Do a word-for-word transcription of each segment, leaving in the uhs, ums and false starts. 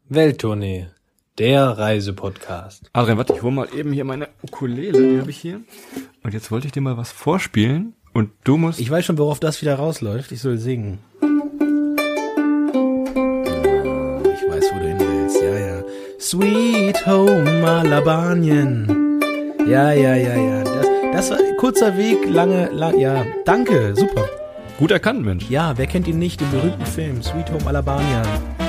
Welttournee, der Reisepodcast. Adrian, warte, ich hole mal eben hier meine Ukulele, die habe ich hier. Und jetzt wollte ich dir mal was vorspielen und du musst... Ich weiß schon, worauf das wieder rausläuft. Ich soll singen. Ich weiß, wo du hin willst. Ja, ja. Sweet Home Albanien. Ja, ja, ja, ja. Das, das war ein kurzer Weg, lange, lang, ja. Danke, super. Gut erkannt, Mensch. Ja, wer kennt ihn nicht, den berühmten Film Sweet Home Alabania.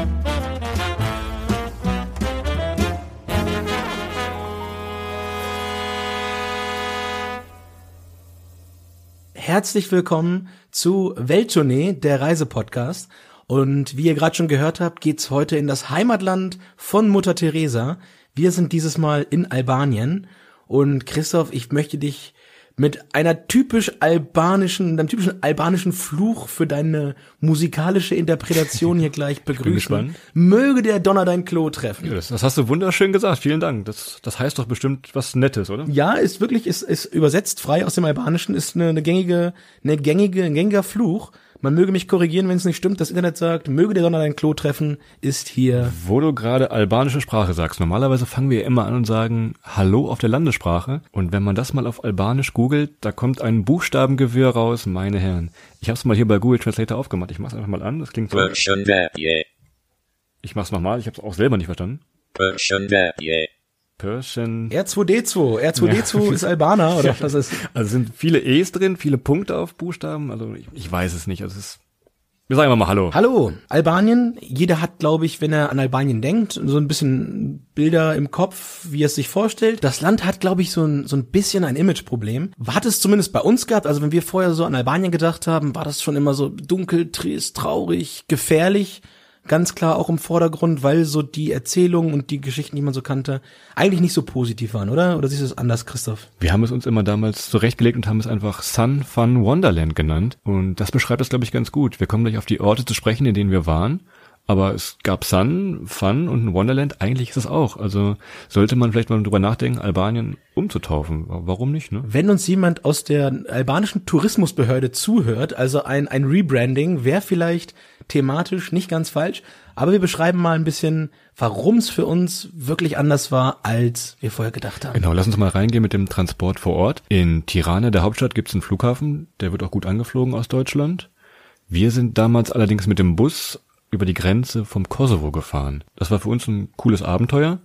Herzlich willkommen zu Welttournee, der Reisepodcast. Und wie ihr gerade schon gehört habt, geht's heute in das Heimatland von Mutter Teresa. Wir sind dieses Mal in Albanien. Und Christoph, ich möchte dich mit einer typisch albanischen, einem typischen albanischen Fluch für deine musikalische Interpretation hier gleich begrüßen. Möge der Donner dein Klo treffen. Ja, das, das hast du wunderschön gesagt. Vielen Dank. Das, das heißt doch bestimmt was Nettes, oder? Ja, ist wirklich, ist, ist übersetzt frei aus dem Albanischen, ist eine, eine gängige, eine gängige, ein gängiger Fluch. Man möge mich korrigieren, wenn es nicht stimmt. Das Internet sagt, möge der Donner dein Klo treffen, ist hier. Wo du gerade albanische Sprache sagst. Normalerweise fangen wir ja immer an und sagen Hallo auf der Landessprache. Und wenn man das mal auf Albanisch googelt, da kommt ein Buchstabengewirr raus, meine Herren. Ich hab's mal hier bei Google Translator aufgemacht. Ich mach's einfach mal an. Das klingt so. Ich mach's nochmal. Ich hab's auch selber nicht verstanden. Persian. R zwei D zwei. R zwei D zwei ja. Ist Albaner, oder was ist? Also sind viele E's drin, viele Punkte auf Buchstaben. Also ich, ich weiß es nicht. Also es ist, wir sagen mal Hallo. Hallo. Albanien. Jeder hat, glaube ich, wenn er an Albanien denkt, so ein bisschen Bilder im Kopf, wie er es sich vorstellt. Das Land hat, glaube ich, so ein, so ein bisschen ein Imageproblem. Hat es zumindest bei uns gehabt. Also wenn wir vorher so an Albanien gedacht haben, war das schon immer so dunkel, trist, traurig, gefährlich. Ganz klar auch im Vordergrund, weil so die Erzählungen und die Geschichten, die man so kannte, eigentlich nicht so positiv waren, oder? Oder siehst du es anders, Christoph? Wir haben es uns immer damals zurechtgelegt und haben es einfach Sun, Fun, Wonderland genannt. Und das beschreibt es, glaube ich, ganz gut. Wir kommen gleich auf die Orte zu sprechen, in denen wir waren. Aber es gab Sun, Fun und ein Wonderland. Eigentlich ist es auch. Also sollte man vielleicht mal drüber nachdenken, Albanien umzutaufen. Warum nicht, ne? Wenn uns jemand aus der albanischen Tourismusbehörde zuhört, also ein, ein Rebranding, wäre vielleicht thematisch nicht ganz falsch. Aber wir beschreiben mal ein bisschen, warum es für uns wirklich anders war, als wir vorher gedacht haben. Genau, lass uns mal reingehen mit dem Transport vor Ort. In Tirana, der Hauptstadt, gibt es einen Flughafen. Der wird auch gut angeflogen aus Deutschland. Wir sind damals allerdings mit dem Bus über die Grenze vom Kosovo gefahren. Das war für uns ein cooles Abenteuer,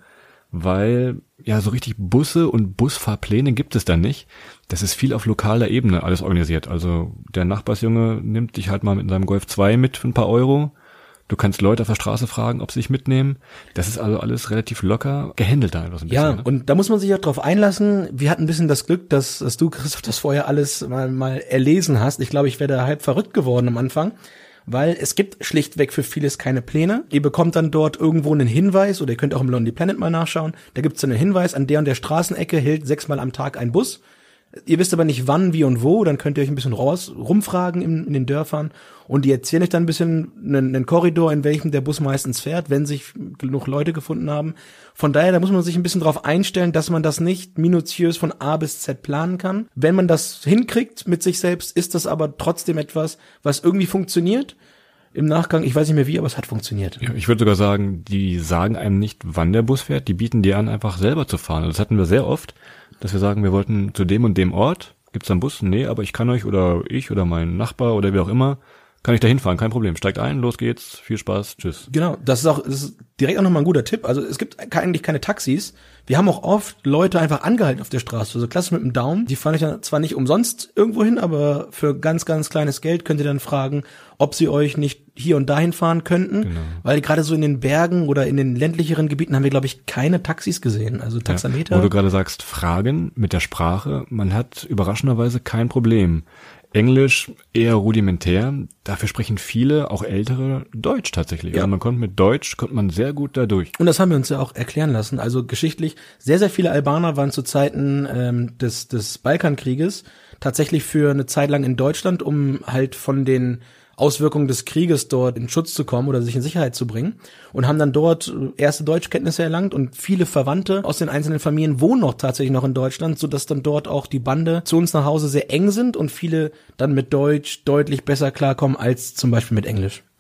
weil ja so richtig Busse und Busfahrpläne gibt es da nicht. Das ist viel auf lokaler Ebene alles organisiert. Also der Nachbarsjunge nimmt dich halt mal mit seinem Golf zwei mit für ein paar Euro. Du kannst Leute auf der Straße fragen, ob sie dich mitnehmen. Das ist also alles relativ locker gehandelt da einfach so ein bisschen. Ja, ne? Und da muss man sich auch drauf einlassen. Wir hatten ein bisschen das Glück, dass, dass du, Christoph, das vorher alles mal, mal erlesen hast. Ich glaube, ich wäre da halb verrückt geworden am Anfang. Weil es gibt schlichtweg für vieles keine Pläne. Ihr bekommt dann dort irgendwo einen Hinweis, oder ihr könnt auch im Lonely Planet mal nachschauen. Da gibt's dann einen Hinweis, an der und der Straßenecke hält sechsmal am Tag ein Bus. Ihr wisst aber nicht wann, wie und wo, dann könnt ihr euch ein bisschen raus rumfragen in, in den Dörfern. Und die erzählen euch dann ein bisschen einen, einen Korridor, in welchem der Bus meistens fährt, wenn sich genug Leute gefunden haben. Von daher, da muss man sich ein bisschen drauf einstellen, dass man das nicht minutiös von A bis Z planen kann. Wenn man das hinkriegt mit sich selbst, ist das aber trotzdem etwas, was irgendwie funktioniert. Im Nachgang, ich weiß nicht mehr wie, aber es hat funktioniert. Ja, ich würde sogar sagen, die sagen einem nicht, wann der Bus fährt. Die bieten dir an, einfach selber zu fahren. Das hatten wir sehr oft, dass wir sagen, wir wollten zu dem und dem Ort. Gibt's da einen Bus? Nee, aber ich kann euch oder ich oder mein Nachbar oder wer auch immer, kann ich da hinfahren, kein Problem. Steigt ein, los geht's, viel Spaß, tschüss. Genau, das ist auch, das ist direkt auch nochmal ein guter Tipp. Also es gibt eigentlich keine Taxis. Wir haben auch oft Leute einfach angehalten auf der Straße, so klassisch mit dem Daumen. Die fahren euch dann zwar nicht umsonst irgendwo hin, aber für ganz, ganz kleines Geld könnt ihr dann fragen, ob sie euch nicht hier und dahin fahren könnten. Genau. Weil gerade so in den Bergen oder in den ländlicheren Gebieten haben wir, glaube ich, keine Taxis gesehen. Also Taxameter. Ja, wo du gerade sagst, Fragen mit der Sprache, man hat überraschenderweise kein Problem. Englisch eher rudimentär, dafür sprechen viele, auch ältere, Deutsch tatsächlich. Ja. Also man konnte mit Deutsch, konnte man sehr gut da durch. Und das haben wir uns ja auch erklären lassen. Also geschichtlich, sehr, sehr viele Albaner waren zu Zeiten ähm, des, des Balkankrieges tatsächlich für eine Zeit lang in Deutschland, um halt von den Auswirkungen des Krieges dort in Schutz zu kommen oder sich in Sicherheit zu bringen und haben dann dort erste Deutschkenntnisse erlangt und viele Verwandte aus den einzelnen Familien wohnen noch tatsächlich noch in Deutschland, sodass dann dort auch die Bande zu uns nach Hause sehr eng sind und viele dann mit Deutsch deutlich besser klarkommen als zum Beispiel mit Englisch.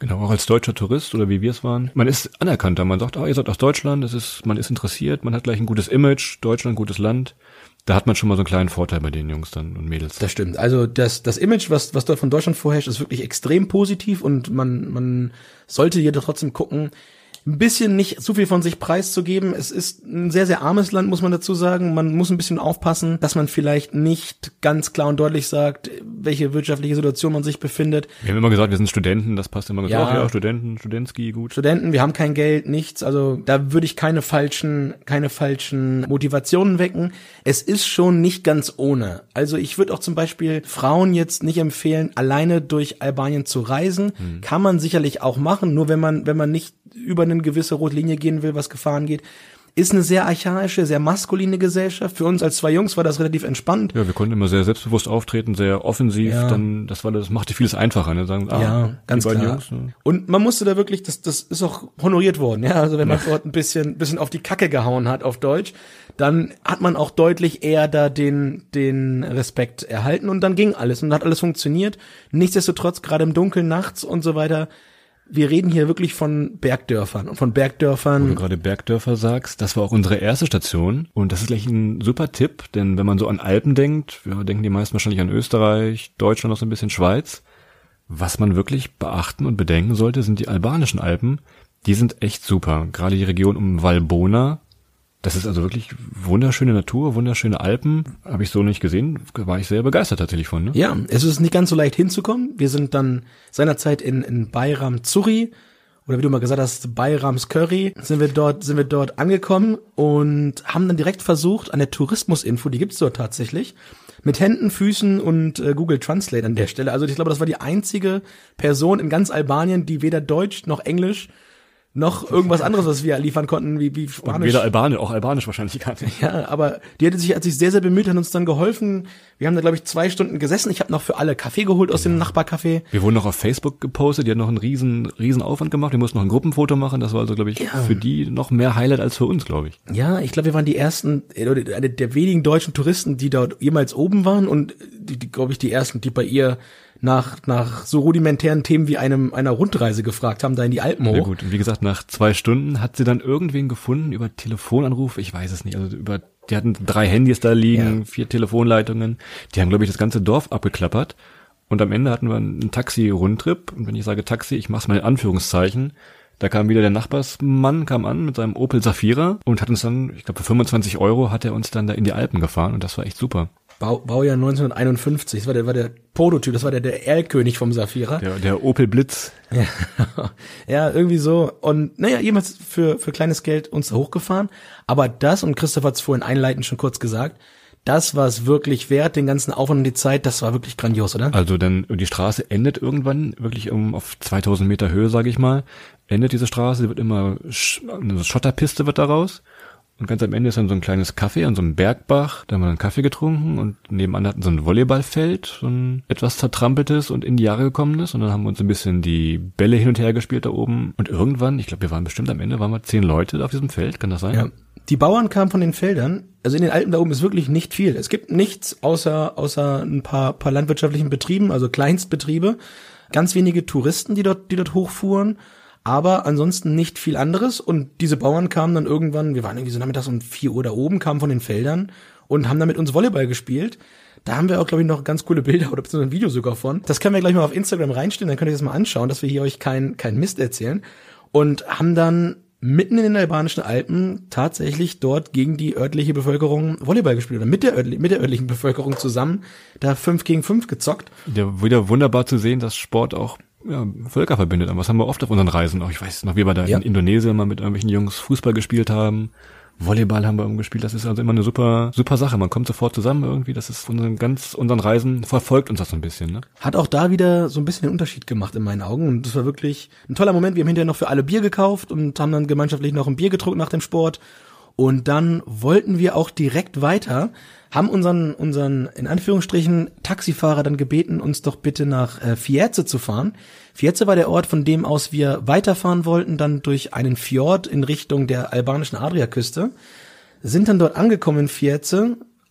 Genau, auch als deutscher Tourist oder wie wir es waren. Man ist anerkannter, man sagt, oh, ihr seid aus Deutschland, das ist, man ist interessiert, man hat gleich ein gutes Image, Deutschland, gutes Land. Da hat man schon mal so einen kleinen Vorteil bei den Jungs dann und Mädels. Das stimmt. Also das das Image, was was dort von Deutschland vorherrscht, ist wirklich extrem positiv und man man sollte jedoch trotzdem gucken, ein bisschen nicht zu viel von sich preiszugeben. Es ist ein sehr, sehr armes Land, muss man dazu sagen. Man muss ein bisschen aufpassen, dass man vielleicht nicht ganz klar und deutlich sagt, welche wirtschaftliche Situation man sich befindet. Wir haben immer gesagt, wir sind Studenten, das passt immer ganz ja, auch. Ja, Studenten, Studentski, gut. Studenten, wir haben kein Geld, nichts. Also da würde ich keine falschen, keine falschen Motivationen wecken. Es ist schon nicht ganz ohne. Also ich würde auch zum Beispiel Frauen jetzt nicht empfehlen, alleine durch Albanien zu reisen. Hm. Kann man sicherlich auch machen, nur wenn man, wenn man nicht über eine gewisse rote Linie gehen will, was Gefahren geht. Ist eine sehr archaische, sehr maskuline Gesellschaft. Für uns als zwei Jungs war das relativ entspannt. Ja, wir konnten immer sehr selbstbewusst auftreten, sehr offensiv. Ja. Dann, das war, das machte vieles einfacher, ne? Sagen, ah, ja, ganz die beiden klar. Jungs, ne? Und man musste da wirklich, das, das ist auch honoriert worden, ja. Also wenn man dort ein bisschen, bisschen auf die Kacke gehauen hat, auf Deutsch, dann hat man auch deutlich eher da den, den Respekt erhalten und dann ging alles und hat alles funktioniert. Nichtsdestotrotz, gerade im Dunkeln nachts und so weiter, wir reden hier wirklich von Bergdörfern und von Bergdörfern. Wo du gerade Bergdörfer sagst, das war auch unsere erste Station und das ist gleich ein super Tipp, denn wenn man so an Alpen denkt, ja, denken die meisten wahrscheinlich an Österreich, Deutschland, noch so ein bisschen Schweiz. Was man wirklich beachten und bedenken sollte, sind die albanischen Alpen. Die sind echt super. Gerade die Region um Valbona. Das ist also wirklich wunderschöne Natur, wunderschöne Alpen. Habe ich so nicht gesehen. War ich sehr begeistert tatsächlich von. Ne? Ja, es ist nicht ganz so leicht hinzukommen. Wir sind dann seinerzeit in, in Bayram Zuri, oder wie du mal gesagt hast, Bayrams Curry, sind wir dort, sind wir dort angekommen und haben dann direkt versucht, an der Tourismusinfo, die gibt's dort tatsächlich, mit Händen, Füßen und äh, Google Translate an der Stelle. Also ich glaube, das war die einzige Person in ganz Albanien, die weder Deutsch noch Englisch noch irgendwas anderes, was wir liefern konnten, wie, wie Spanisch. Und weder Albanisch, auch Albanisch wahrscheinlich gar nicht. Ja, aber die hatte sich, hat sich sehr, sehr bemüht, hat uns dann geholfen. Wir haben da, glaube ich, zwei Stunden gesessen. Ich habe noch für alle Kaffee geholt aus dem Nachbarcafé. Wir wurden noch auf Facebook gepostet, die hat noch einen riesen, riesen Aufwand gemacht. Wir mussten noch ein Gruppenfoto machen. Das war also, glaube ich, ja. für die noch mehr Highlight als für uns, glaube ich. Ja, ich glaube, wir waren die ersten, eine der wenigen deutschen Touristen, die dort jemals oben waren und die, die glaube ich, die ersten, die bei ihr nach nach so rudimentären Themen wie einem einer Rundreise gefragt haben, da in die Alpen hoch. Ja gut, und wie gesagt, nach zwei Stunden hat sie dann irgendwen gefunden über Telefonanruf, ich weiß es nicht, also über, die hatten drei Handys da liegen, ja. vier Telefonleitungen, die haben, glaube ich, das ganze Dorf abgeklappert und am Ende hatten wir einen Taxi-Rundtrip und wenn ich sage Taxi, ich mach's mal in Anführungszeichen, da kam wieder der Nachbarsmann, kam an mit seinem Opel Safira und hat uns dann, ich glaube für fünfundzwanzig Euro hat er uns dann da in die Alpen gefahren und das war echt super. Bau, Baujahr neunzehnhunderteinundfünfzig, das war der, war der Prototyp, das war der, der Erlkönig vom Safira. Der, der Opel Blitz. Ja, ja, irgendwie so. Und naja, jemals für, für kleines Geld uns da hochgefahren. Aber das, und Christoph hat es vorhin einleitend schon kurz gesagt, das war es wirklich wert, den ganzen Aufwand und die Zeit, das war wirklich grandios, oder? Also dann, die Straße endet irgendwann wirklich um auf zweitausend Meter Höhe, sage ich mal, endet diese Straße, die wird immer, eine Schotterpiste wird daraus. Und ganz am Ende ist dann so ein kleines Café an so einem Bergbach. Da haben wir einen Kaffee getrunken und nebenan hatten so ein Volleyballfeld, so ein etwas zertrampeltes und in die Jahre gekommenes. Und dann haben wir uns ein bisschen die Bälle hin und her gespielt da oben. Und irgendwann, ich glaube, wir waren bestimmt am Ende, waren wir zehn Leute auf diesem Feld. Kann das sein? Ja. Die Bauern kamen von den Feldern. Also in den Alpen da oben ist wirklich nicht viel. Es gibt nichts außer außer ein paar paar landwirtschaftlichen Betrieben, also Kleinstbetriebe. Ganz wenige Touristen, die dort die dort hochfuhren. Aber ansonsten nicht viel anderes und diese Bauern kamen dann irgendwann, wir waren irgendwie so nachmittags um vier Uhr da oben, kamen von den Feldern und haben dann mit uns Volleyball gespielt. Da haben wir auch, glaube ich, noch ganz coole Bilder oder beziehungsweise ein Video sogar von. Das können wir gleich mal auf Instagram reinstellen, dann könnt ihr das mal anschauen, dass wir hier euch kein kein Mist erzählen. Und haben dann mitten in den albanischen Alpen tatsächlich dort gegen die örtliche Bevölkerung Volleyball gespielt oder mit der, örtlich, mit der örtlichen Bevölkerung zusammen da fünf gegen fünf gezockt. Ja, wieder wunderbar zu sehen, dass Sport auch ja, Völker verbindet. Aber was haben wir oft auf unseren Reisen auch? Ich weiß noch, wie wir da ja. in Indonesien mal mit irgendwelchen Jungs Fußball gespielt haben. Volleyball haben wir gespielt. Das ist also immer eine super, super Sache. Man kommt sofort zusammen irgendwie. Das ist unseren ganz, unseren Reisen verfolgt uns das so ein bisschen, ne? Hat auch da wieder so ein bisschen den Unterschied gemacht in meinen Augen. Und das war wirklich ein toller Moment. Wir haben hinterher noch für alle Bier gekauft und haben dann gemeinschaftlich noch ein Bier getrunken nach dem Sport. Und dann wollten wir auch direkt weiter, haben unseren, unseren, in Anführungsstrichen, Taxifahrer dann gebeten, uns doch bitte nach äh, Fiesce zu fahren. Fiesce war der Ort, von dem aus wir weiterfahren wollten, dann durch einen Fjord in Richtung der albanischen Adriaküste. Sind dann dort angekommen in Fiesce,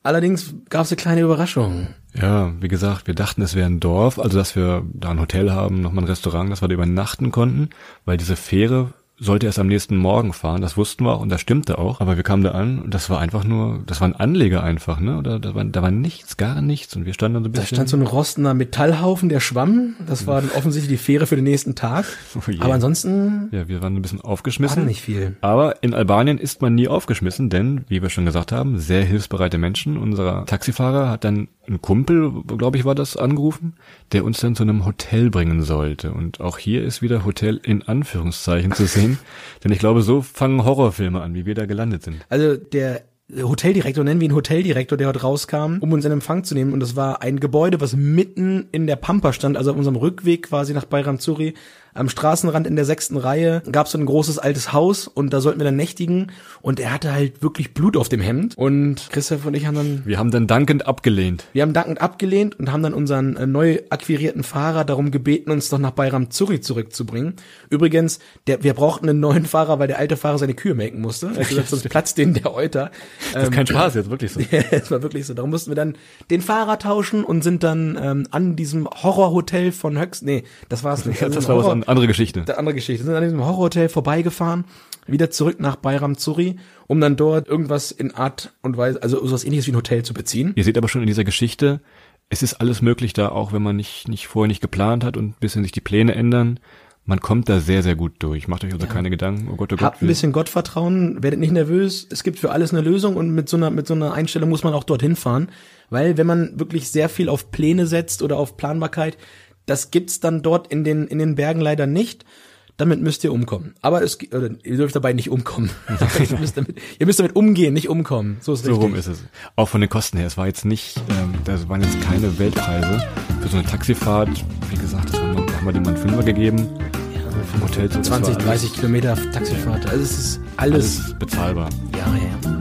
Allerdings gab es eine kleine Überraschung. Ja, wie gesagt, wir dachten, es wäre ein Dorf, also dass wir da ein Hotel haben, nochmal ein Restaurant, dass wir da übernachten konnten, weil diese Fähre sollte erst am nächsten Morgen fahren, das wussten wir auch und das stimmte auch, aber wir kamen da an und das war einfach nur, das war ein Anleger einfach, ne, oder da war, da war nichts, gar nichts und wir standen dann so ein bisschen. Da stand so ein rostender Metallhaufen, der schwamm, das war dann offensichtlich die Fähre für den nächsten Tag, oh yeah. Aber ansonsten. Ja, wir waren ein bisschen aufgeschmissen. War nicht viel. Aber in Albanien ist man nie aufgeschmissen, denn, wie wir schon gesagt haben, sehr hilfsbereite Menschen. Unser Taxifahrer hat dann einen Kumpel, glaube ich, war das, angerufen, der uns dann zu einem Hotel bringen sollte. Und auch hier ist wieder Hotel in Anführungszeichen zu sehen. Denn ich glaube, so fangen Horrorfilme an, wie wir da gelandet sind. Also der Hoteldirektor, nennen wir ihn Hoteldirektor, der dort rauskam, um uns in Empfang zu nehmen. Und das war ein Gebäude, was mitten in der Pampa stand, also auf unserem Rückweg quasi nach Bayram Zuri. Am Straßenrand in der sechsten Reihe gab es so ein großes altes Haus und da sollten wir dann nächtigen. Und er hatte halt wirklich Blut auf dem Hemd. Und Christoph und ich haben dann... Wir haben dann dankend abgelehnt. Wir haben dankend abgelehnt und haben dann unseren äh, neu akquirierten Fahrer darum gebeten, uns doch nach Bayram Zuri zurückzubringen. Übrigens, der, wir brauchten einen neuen Fahrer, weil der alte Fahrer seine Kühe melken musste. Also sonst platzt denen der Euter. Das ist ähm, kein Spaß jetzt, wirklich so. Ja, es war wirklich so. Darum mussten wir dann den Fahrer tauschen und sind dann ähm, an diesem Horrorhotel von Höchst... Nee, das war's nicht. Ja, das war was andere Geschichte. Eine andere Geschichte. Wir sind an diesem Horrorhotel vorbeigefahren, wieder zurück nach Bayram Zuri, um dann dort irgendwas in Art und Weise, also sowas ähnliches wie ein Hotel zu beziehen. Ihr seht aber schon in dieser Geschichte, es ist alles möglich da, auch wenn man nicht nicht vorher nicht geplant hat und ein bisschen sich die Pläne ändern. Man kommt da sehr, sehr gut durch. Macht euch also ja. keine Gedanken. Oh Gott, oh Gott. Habt ein bisschen Gottvertrauen, werdet nicht nervös. Es gibt für alles eine Lösung und mit so einer, mit so einer Einstellung muss man auch dorthin fahren. Weil wenn man wirklich sehr viel auf Pläne setzt oder auf Planbarkeit, das gibt's dann dort in den, in den Bergen leider nicht. Damit müsst ihr umkommen. Aber es, oder, ihr dürft dabei nicht umkommen. ihr, müsst damit, ihr müsst damit umgehen, nicht umkommen. So ist so richtig. rum ist es. Auch von den Kosten her. Es war jetzt nicht, ähm, das waren jetzt keine Weltpreise. Für so eine Taxifahrt, wie gesagt, das haben wir, haben wir dem Mann Fünfer gegeben. Ja, vom Hotel zu zwanzig, dreißig Kilometer Taxifahrt. Also es ist alles, alles bezahlbar. Ja, ja.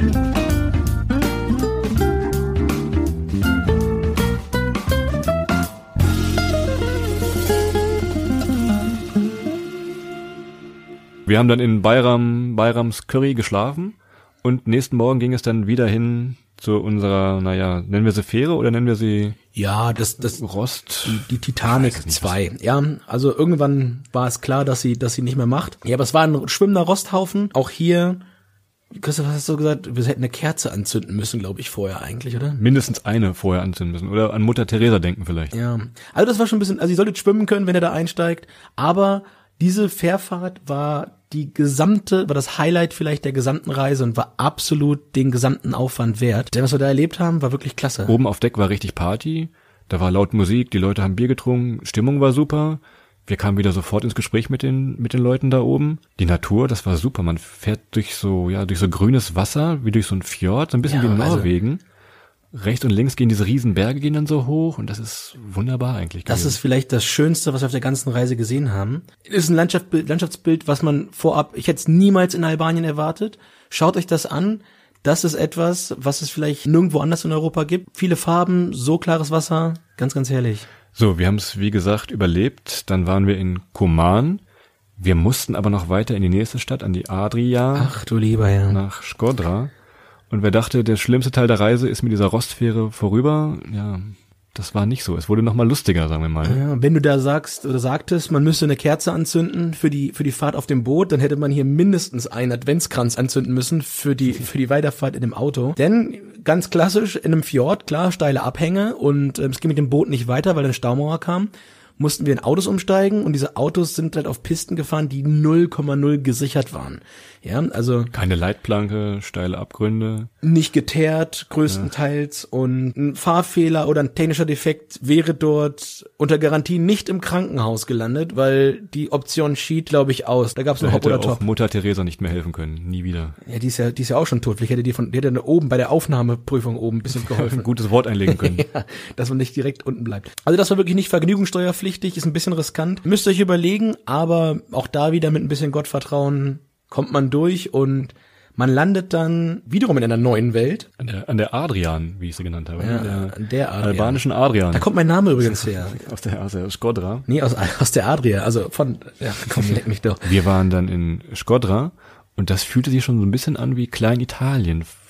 Wir haben dann in Bayram, Bayrams Curry geschlafen und nächsten Morgen ging es dann wieder hin zu unserer, naja, nennen wir sie Fähre oder nennen wir sie ja, das, das Rost? Die, die Titanic zwei. Ja, also irgendwann war es klar, dass sie, dass sie nicht mehr macht. Ja, aber es war ein schwimmender Rosthaufen. Auch hier, Christoph, was hast du gesagt? Wir hätten eine Kerze anzünden müssen, glaube ich, vorher eigentlich, oder? Mindestens eine vorher anzünden müssen. Oder an Mutter Teresa denken vielleicht. Ja, also das war schon ein bisschen, also ihr solltet schwimmen können, wenn ihr da einsteigt. Aber diese Fährfahrt war die gesamte, war das Highlight vielleicht der gesamten Reise und war absolut den gesamten Aufwand wert. Denn was wir da erlebt haben, war wirklich klasse. Oben auf Deck war richtig Party, da war laut Musik, die Leute haben Bier getrunken, Stimmung war super. Wir kamen wieder sofort ins Gespräch mit den mit den Leuten da oben. Die Natur, das war super. Man fährt durch so ja durch so grünes Wasser, wie durch so ein Fjord, so ein bisschen ja, wie in Norwegen. Also rechts und links gehen diese riesen Berge gehen dann so hoch und das ist wunderbar eigentlich gewesen. Das ist vielleicht das Schönste, was wir auf der ganzen Reise gesehen haben. Es ist ein Landschaftsbild, Landschaftsbild, was man vorab, ich hätte es niemals in Albanien erwartet. Schaut euch das an. Das ist etwas, was es vielleicht nirgendwo anders in Europa gibt. Viele Farben, so klares Wasser, ganz, ganz herrlich. So, wir haben es wie gesagt überlebt. Dann waren wir in Koman. Wir mussten aber noch weiter in die nächste Stadt, an die Adria. Ach du lieber, ja. Nach Shkodra. Und wer dachte, der schlimmste Teil der Reise ist mit dieser Rostfähre vorüber, ja, das war nicht so. Es wurde nochmal lustiger, sagen wir mal. Ja, wenn du da sagst oder sagtest, man müsste eine Kerze anzünden für die für die Fahrt auf dem Boot, dann hätte man hier mindestens einen Adventskranz anzünden müssen für die für die Weiterfahrt in dem Auto. Denn ganz klassisch in einem Fjord, klar, steile Abhänge und äh, es ging mit dem Boot nicht weiter, weil eine Staumauer kam. Mussten wir in Autos umsteigen und diese Autos sind halt auf Pisten gefahren, die null Komma null gesichert waren. Ja, also keine Leitplanke, steile Abgründe. Nicht geteert, größtenteils. Ja. Und ein Fahrfehler oder ein technischer Defekt wäre dort unter Garantie nicht im Krankenhaus gelandet, weil die Option schied, glaube ich, aus. Da gab es nur Hop oder Top. Auch Mutter Teresa nicht mehr helfen können, nie wieder. Ja, die ist ja, die ist ja auch schon tot. Vielleicht hätte die von, die hätte da oben bei der Aufnahmeprüfung oben ein bisschen geholfen. Ein gutes Wort einlegen können. Ja, dass man nicht direkt unten bleibt. Also das war wirklich nicht vergnügungssteuerpflichtig, ist ein bisschen riskant. Müsst ihr euch überlegen, aber auch da wieder mit ein bisschen Gottvertrauen kommt man durch und man landet dann wiederum in einer neuen Welt. An der, an der Adrian, wie ich sie genannt habe. Ja, der, an der Adrian. Albanischen Adrian. Da kommt mein Name übrigens her. Aus der, aus der Shkodra. Nee, aus, aus der Adria, also von, ja, komm, leck mich doch. Wir waren dann in Shkodra und das fühlte sich schon so ein bisschen an wie Klein-Italien,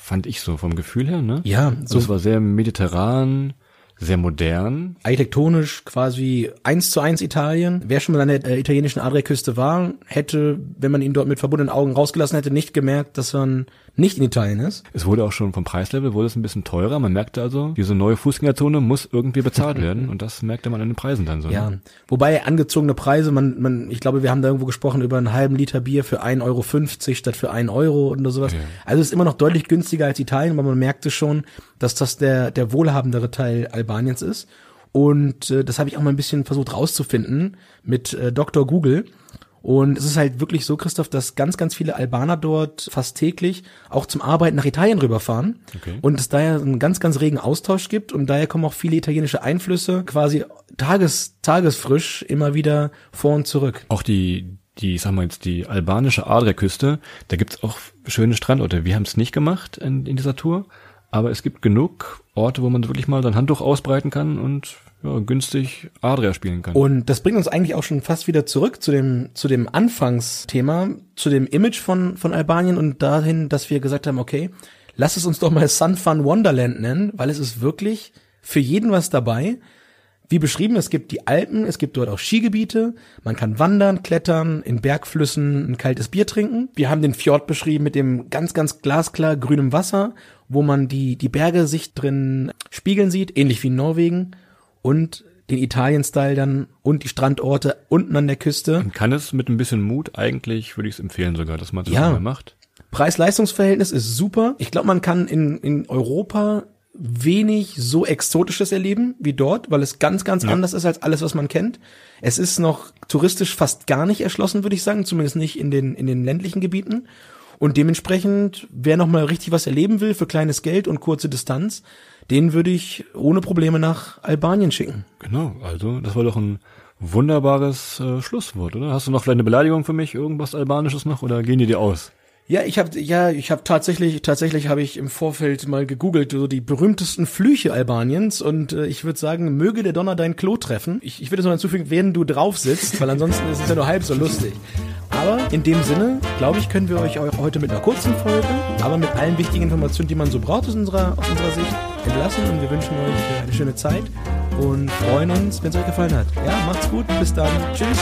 fand ich so vom Gefühl her, ne? Ja, so. Also es war sehr mediterran, sehr modern. Architektonisch quasi eins zu eins Italien. Wer schon mal an der äh, italienischen Adriaküste war, hätte, wenn man ihn dort mit verbundenen Augen rausgelassen hätte, nicht gemerkt, dass man nicht in Italien ist. Es wurde auch schon vom Preislevel wurde es ein bisschen teurer. Man merkte also, diese neue Fußgängerzone muss irgendwie bezahlt werden und das merkte man an den Preisen dann so. Ja, ne? Wobei angezogene Preise, man, man, ich glaube, wir haben da irgendwo gesprochen über einen halben Liter Bier für ein Euro fünfzig statt für ein Euro oder sowas. Ja. Also es ist immer noch deutlich günstiger als Italien, aber man merkte schon, dass das der der wohlhabendere Teil Albaniens ist. Und äh, das habe ich auch mal ein bisschen versucht rauszufinden mit äh, Doktor Google. Und es ist halt wirklich so, Christoph, dass ganz, ganz viele Albaner dort fast täglich auch zum Arbeiten nach Italien rüberfahren. Okay. Und es daher einen ganz, ganz regen Austausch gibt. Und daher kommen auch viele italienische Einflüsse quasi tages, tagesfrisch immer wieder vor und zurück. Auch die, die, ich sag mal jetzt, die albanische Adriaküste, da gibt's auch schöne Strandorte. Wir haben es nicht gemacht in, in dieser Tour. Aber es gibt genug Orte, wo man wirklich mal sein Handtuch ausbreiten kann und ja, günstig Adria spielen kann. Und das bringt uns eigentlich auch schon fast wieder zurück zu dem zu dem Anfangsthema, zu dem Image von von Albanien und dahin, dass wir gesagt haben, okay, lass es uns doch mal Sun Fun Wonderland nennen, weil es ist wirklich für jeden was dabei. Wie beschrieben, es gibt die Alpen, es gibt dort auch Skigebiete, man kann wandern, klettern, in Bergflüssen ein kaltes Bier trinken. Wir haben den Fjord beschrieben mit dem ganz, ganz glasklar grünem Wasser, wo man die die Berge sich drin spiegeln sieht, ähnlich wie in Norwegen. Und den Italien-Style dann und die Strandorte unten an der Küste. Man kann es mit ein bisschen Mut, eigentlich würde ich es empfehlen sogar, dass man es ja. mal macht. Preis-Leistungs-Verhältnis ist super. Ich glaube, man kann in in Europa wenig so Exotisches erleben wie dort, weil es ganz, ganz ja. anders ist als alles, was man kennt. Es ist noch touristisch fast gar nicht erschlossen, würde ich sagen, zumindest nicht in den in den ländlichen Gebieten. Und dementsprechend, wer noch mal richtig was erleben will für kleines Geld und kurze Distanz, den würde ich ohne Probleme nach Albanien schicken. Genau, also das war doch ein wunderbares äh, Schlusswort, oder? Hast du noch vielleicht eine Beleidigung für mich, irgendwas Albanisches noch, oder gehen die dir aus? Ja, ich habe ja, ich habe tatsächlich tatsächlich habe ich im Vorfeld mal gegoogelt, so die berühmtesten Flüche Albaniens und äh, ich würde sagen, möge der Donner dein Klo treffen. Ich, ich würde es noch hinzufügen, während du drauf sitzt, weil ansonsten ist es ja nur halb so lustig. Aber in dem Sinne, glaube ich, können wir euch heute mit einer kurzen Folge, aber mit allen wichtigen Informationen, die man so braucht aus unserer aus unserer Sicht, entlassen und wir wünschen euch eine schöne Zeit und freuen uns, wenn es euch gefallen hat. Ja, macht's gut, bis dann, tschüss.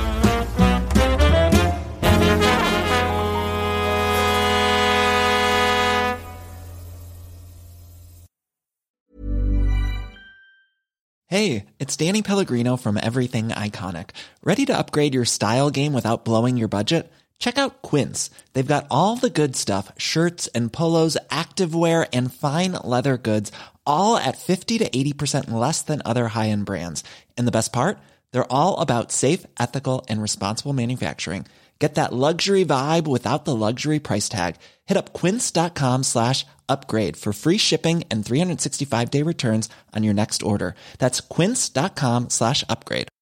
Hey, it's Danny Pellegrino from Everything Iconic. Ready to upgrade your style game without blowing your budget? Check out Quince. They've got all the good stuff, shirts and polos, activewear, and fine leather goods, all at fifty to eighty percent less than other high-end brands. And the best part? They're all about safe, ethical, and responsible manufacturing. Get that luxury vibe without the luxury price tag. Hit up quince.com slash upgrade for free shipping and three sixty-five day returns on your next order. That's quince.com slash upgrade.